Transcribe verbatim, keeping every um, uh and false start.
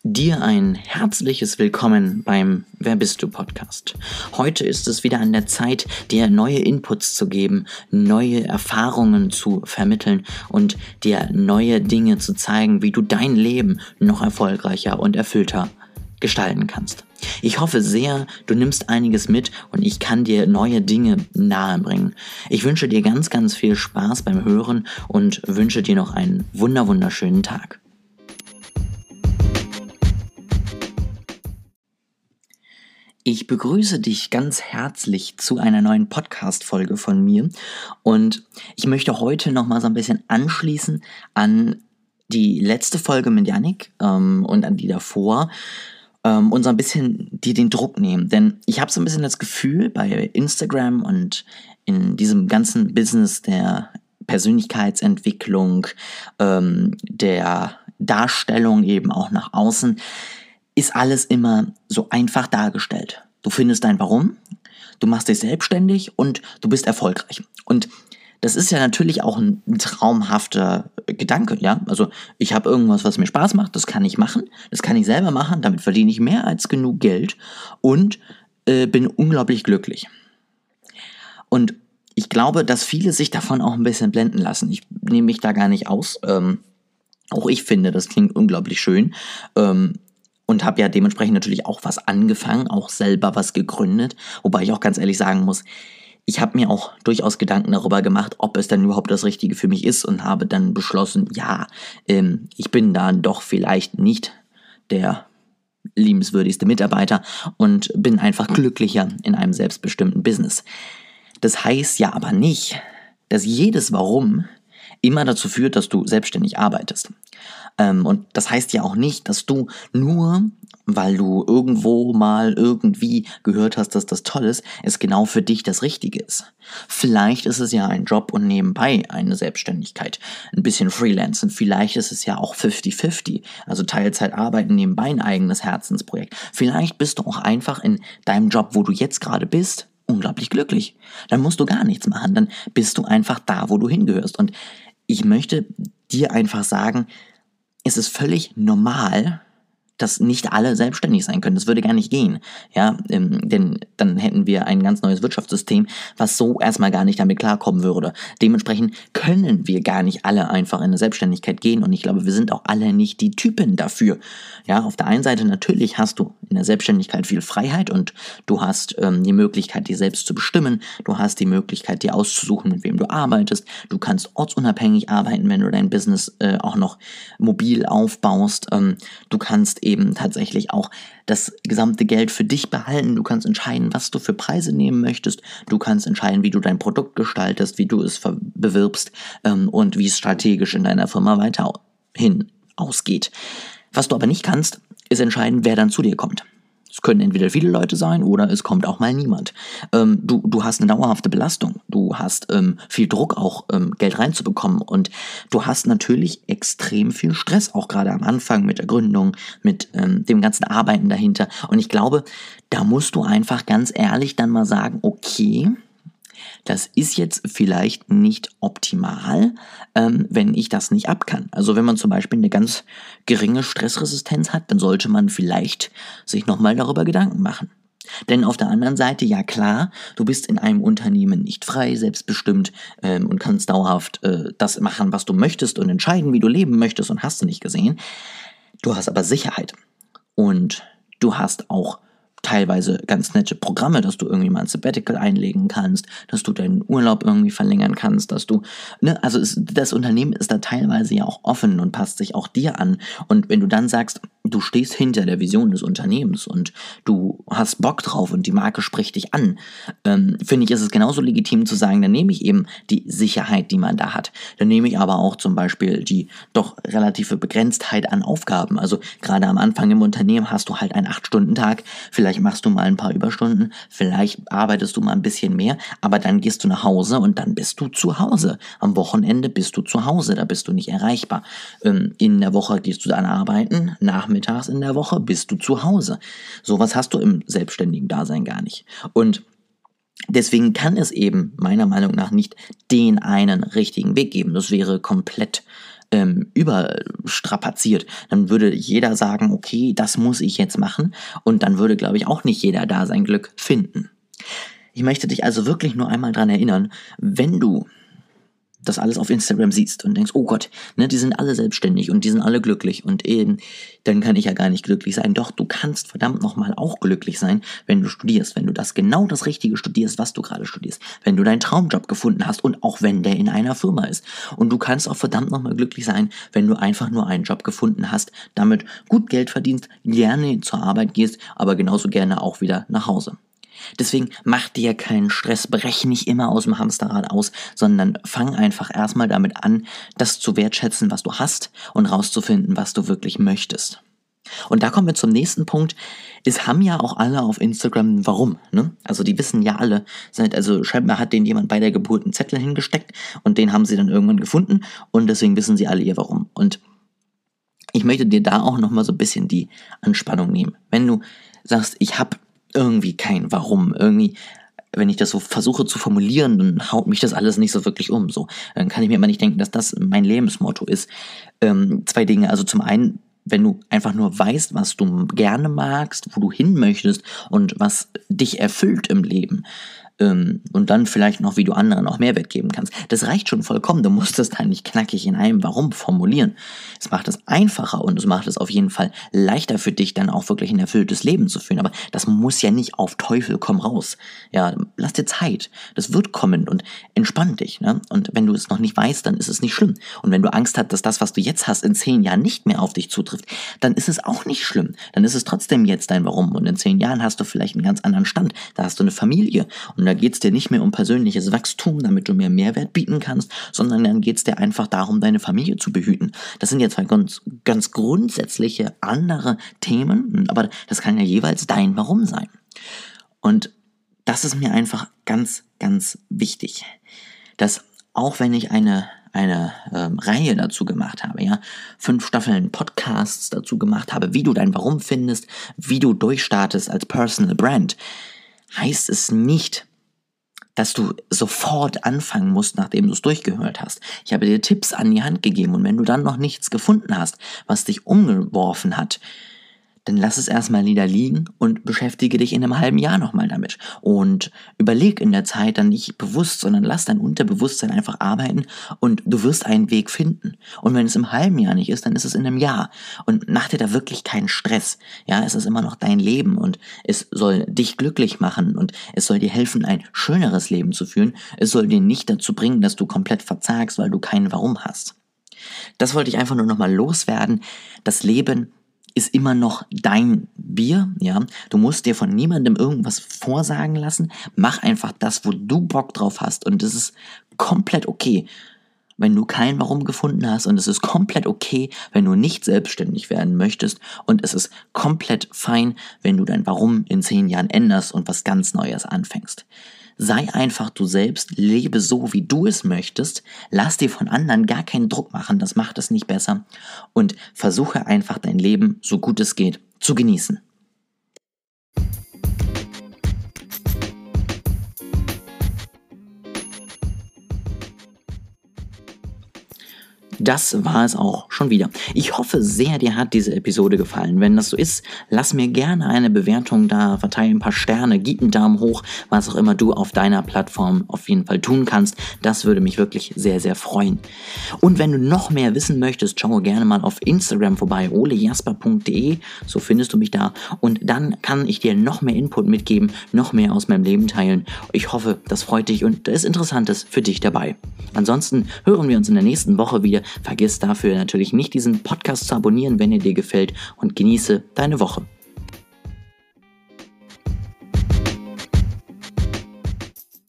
Dir ein herzliches Willkommen beim Wer bist du Podcast. Heute ist es wieder an der Zeit, dir neue Inputs zu geben, neue Erfahrungen zu vermitteln und dir neue Dinge zu zeigen, wie du dein Leben noch erfolgreicher und erfüllter gestalten kannst. Ich hoffe sehr, du nimmst einiges mit und ich kann dir neue Dinge nahebringen. Ich wünsche dir ganz, ganz viel Spaß beim Hören und wünsche dir noch einen wunder wunderschönen Tag. Ich begrüße dich ganz herzlich zu einer neuen Podcast-Folge von mir und ich möchte heute nochmal so ein bisschen anschließen an die letzte Folge mit Yannick ähm, und an die davor ähm, und so ein bisschen dir den Druck nehmen, denn ich habe so ein bisschen das Gefühl bei Instagram und in diesem ganzen Business der Persönlichkeitsentwicklung, ähm, der Darstellung eben auch nach außen, ist alles immer so einfach dargestellt. Du findest dein Warum, du machst dich selbstständig und du bist erfolgreich. Und das ist ja natürlich auch ein traumhafter Gedanke, ja. Also ich habe irgendwas, was mir Spaß macht, das kann ich machen, das kann ich selber machen, damit verdiene ich mehr als genug Geld und äh, bin unglaublich glücklich. Und ich glaube, dass viele sich davon auch ein bisschen blenden lassen. Ich nehme mich da gar nicht aus. Ähm, auch ich finde, das klingt unglaublich schön. Ähm, Und habe ja dementsprechend natürlich auch was angefangen, auch selber was gegründet. Wobei ich auch ganz ehrlich sagen muss, ich habe mir auch durchaus Gedanken darüber gemacht, ob es dann überhaupt das Richtige für mich ist und habe dann beschlossen, ja, ähm, ich bin da doch vielleicht nicht der liebenswürdigste Mitarbeiter und bin einfach glücklicher in einem selbstbestimmten Business. Das heißt ja aber nicht, dass jedes Warum immer dazu führt, dass du selbstständig arbeitest. Ähm, und das heißt ja auch nicht, dass du nur, weil du irgendwo mal irgendwie gehört hast, dass das toll ist, es genau für dich das Richtige ist. Vielleicht ist es ja ein Job und nebenbei eine Selbstständigkeit, ein bisschen Freelancen. Vielleicht ist es ja auch fünfzig fünfzig, also Teilzeit arbeiten, nebenbei ein eigenes Herzensprojekt. Vielleicht bist du auch einfach in deinem Job, wo du jetzt gerade bist, unglaublich glücklich. Dann musst du gar nichts machen, dann bist du einfach da, wo du hingehörst. Und ich möchte dir einfach sagen, es ist völlig normal, dass nicht alle selbstständig sein können. Das würde gar nicht gehen, ja, ähm, denn dann hätten wir ein ganz neues Wirtschaftssystem, was so erstmal gar nicht damit klarkommen würde. Dementsprechend können wir gar nicht alle einfach in eine Selbstständigkeit gehen und ich glaube, wir sind auch alle nicht die Typen dafür. Ja, auf der einen Seite natürlich hast du in der Selbstständigkeit viel Freiheit und du hast ähm, die Möglichkeit, dir selbst zu bestimmen. Du hast die Möglichkeit, dir auszusuchen, mit wem du arbeitest. Du kannst ortsunabhängig arbeiten, wenn du dein Business äh, auch noch mobil aufbaust. Ähm, du kannst eben tatsächlich auch das gesamte Geld für dich behalten. Du kannst entscheiden, was du für Preise nehmen möchtest. Du kannst entscheiden, wie du dein Produkt gestaltest, wie du es ver- bewirbst ähm, und wie es strategisch in deiner Firma weiterhin ausgeht. Was du aber nicht kannst, ist entscheiden, wer dann zu dir kommt. Es können entweder viele Leute sein oder es kommt auch mal niemand. Ähm, du, du hast eine dauerhafte Belastung. Du hast ähm, viel Druck, auch ähm, Geld reinzubekommen. Und du hast natürlich extrem viel Stress, auch gerade am Anfang mit der Gründung, mit ähm, dem ganzen Arbeiten dahinter. Und ich glaube, da musst du einfach ganz ehrlich dann mal sagen, okay, das ist jetzt vielleicht nicht optimal, ähm, wenn ich das nicht ab kann. Also wenn man zum Beispiel eine ganz geringe Stressresistenz hat, dann sollte man vielleicht sich nochmal darüber Gedanken machen. Denn auf der anderen Seite, ja klar, du bist in einem Unternehmen nicht frei, selbstbestimmt ähm, und kannst dauerhaft äh, das machen, was du möchtest und entscheiden, wie du leben möchtest und hast du nicht gesehen. Du hast aber Sicherheit und du hast auch teilweise ganz nette Programme, dass du irgendwie mal ein Sabbatical einlegen kannst, dass du deinen Urlaub irgendwie verlängern kannst, dass du, ne, also es, das Unternehmen ist da teilweise ja auch offen und passt sich auch dir an. Und wenn du dann sagst, du stehst hinter der Vision des Unternehmens und du hast Bock drauf und die Marke spricht dich an, ähm, finde ich, ist es genauso legitim zu sagen, dann nehme ich eben die Sicherheit, die man da hat. Dann nehme ich aber auch zum Beispiel die doch relative Begrenztheit an Aufgaben. Also gerade am Anfang im Unternehmen hast du halt einen acht-Stunden-Tag, vielleicht machst du mal ein paar Überstunden, vielleicht arbeitest du mal ein bisschen mehr, aber dann gehst du nach Hause und dann bist du zu Hause. Am Wochenende bist du zu Hause, da bist du nicht erreichbar. Ähm, in der Woche gehst du dann arbeiten, nachmittags in der Woche bist du zu Hause. Sowas hast du im selbstständigen Dasein gar nicht. Und deswegen kann es eben meiner Meinung nach nicht den einen richtigen Weg geben. Das wäre komplett ähm, überstrapaziert. Dann würde jeder sagen, okay, das muss ich jetzt machen. Und dann würde, glaube ich, auch nicht jeder da sein Glück finden. Ich möchte dich also wirklich nur einmal dran erinnern, wenn du das alles auf Instagram siehst und denkst, oh Gott, ne, die sind alle selbstständig und die sind alle glücklich und eben, dann kann ich ja gar nicht glücklich sein. Doch, du kannst verdammt nochmal auch glücklich sein, wenn du studierst, wenn du das genau das Richtige studierst, was du gerade studierst, wenn du deinen Traumjob gefunden hast und auch wenn der in einer Firma ist. Und du kannst auch verdammt nochmal glücklich sein, wenn du einfach nur einen Job gefunden hast, damit gut Geld verdienst, gerne zur Arbeit gehst, aber genauso gerne auch wieder nach Hause. Deswegen mach dir keinen Stress, brech nicht immer aus dem Hamsterrad aus, sondern fang einfach erstmal damit an, das zu wertschätzen, was du hast und rauszufinden, was du wirklich möchtest. Und da kommen wir zum nächsten Punkt. Es haben ja auch alle auf Instagram ein Warum, ne? Also die wissen ja alle, also scheinbar hat denen jemand bei der Geburt einen Zettel hingesteckt und den haben sie dann irgendwann gefunden und deswegen wissen sie alle ihr Warum. Und ich möchte dir da auch nochmal so ein bisschen die Anspannung nehmen. Wenn du sagst, ich habe irgendwie kein Warum, irgendwie, wenn ich das so versuche zu formulieren, dann haut mich das alles nicht so wirklich um, so. Dann kann ich mir immer nicht denken, dass das mein Lebensmotto ist. Ähm, zwei Dinge, also zum einen, wenn du einfach nur weißt, was du gerne magst, wo du hin möchtest und was dich erfüllt im Leben, ähm, und dann vielleicht noch, wie du anderen auch Mehrwert geben kannst. Das reicht schon vollkommen, du musst es dann nicht knackig in einem Warum formulieren. Es macht es einfacher und es macht es auf jeden Fall leichter für dich, dann auch wirklich ein erfülltes Leben zu führen. Aber das muss ja nicht auf Teufel komm raus. Ja, lass dir Zeit. Das wird kommen und entspann dich. Ne? Und wenn du es noch nicht weißt, dann ist es nicht schlimm. Und wenn du Angst hast, dass das, was du jetzt hast, in zehn Jahren nicht mehr auf dich zutrifft, dann ist es auch nicht schlimm. Dann ist es trotzdem jetzt dein Warum. Und in zehn Jahren hast du vielleicht einen ganz anderen Stand. Da hast du eine Familie und da geht es dir nicht mehr um persönliches Wachstum, damit du mehr Mehrwert bieten kannst, sondern dann geht es dir einfach darum, deine Familie zu behüten. Das sind jetzt zwei ganz, ganz grundsätzliche andere Themen, aber das kann ja jeweils dein Warum sein. Und das ist mir einfach ganz, ganz wichtig, dass auch wenn ich eine eine ähm, Reihe dazu gemacht habe, ja, fünf Staffeln Podcasts dazu gemacht habe, wie du dein Warum findest, wie du durchstartest als Personal Brand, heißt es nicht, dass du sofort anfangen musst, nachdem du es durchgehört hast. Ich habe dir Tipps an die Hand gegeben und wenn du dann noch nichts gefunden hast, was dich umgeworfen hat, dann lass es erstmal wieder liegen und beschäftige dich in einem halben Jahr nochmal damit. Und überleg in der Zeit dann nicht bewusst, sondern lass dein Unterbewusstsein einfach arbeiten und du wirst einen Weg finden. Und wenn es im halben Jahr nicht ist, dann ist es in einem Jahr. Und mach dir da wirklich keinen Stress. Ja, es ist immer noch dein Leben und es soll dich glücklich machen und es soll dir helfen, ein schöneres Leben zu führen. Es soll dir nicht dazu bringen, dass du komplett verzagst, weil du kein Warum hast. Das wollte ich einfach nur nochmal loswerden. Das Leben ist immer noch dein Bier, ja. Du musst dir von niemandem irgendwas vorsagen lassen. Mach einfach das, wo du Bock drauf hast und es ist komplett okay, wenn du kein Warum gefunden hast und es ist komplett okay, wenn du nicht selbstständig werden möchtest und es ist komplett fein, wenn du dein Warum in zehn Jahren änderst und was ganz Neues anfängst. Sei einfach du selbst, lebe so, wie du es möchtest, lass dir von anderen gar keinen Druck machen, das macht es nicht besser und versuche einfach dein Leben, so gut es geht, zu genießen. Das war es auch schon wieder. Ich hoffe sehr, dir hat diese Episode gefallen. Wenn das so ist, lass mir gerne eine Bewertung da, verteile ein paar Sterne, gib einen Daumen hoch, was auch immer du auf deiner Plattform auf jeden Fall tun kannst. Das würde mich wirklich sehr, sehr freuen. Und wenn du noch mehr wissen möchtest, schau gerne mal auf Instagram vorbei, ole jasper punkt de, so findest du mich da. Und dann kann ich dir noch mehr Input mitgeben, noch mehr aus meinem Leben teilen. Ich hoffe, das freut dich und da ist Interessantes für dich dabei. Ansonsten hören wir uns in der nächsten Woche wieder. Vergiss dafür natürlich nicht, diesen Podcast zu abonnieren, wenn er dir gefällt und genieße deine Woche.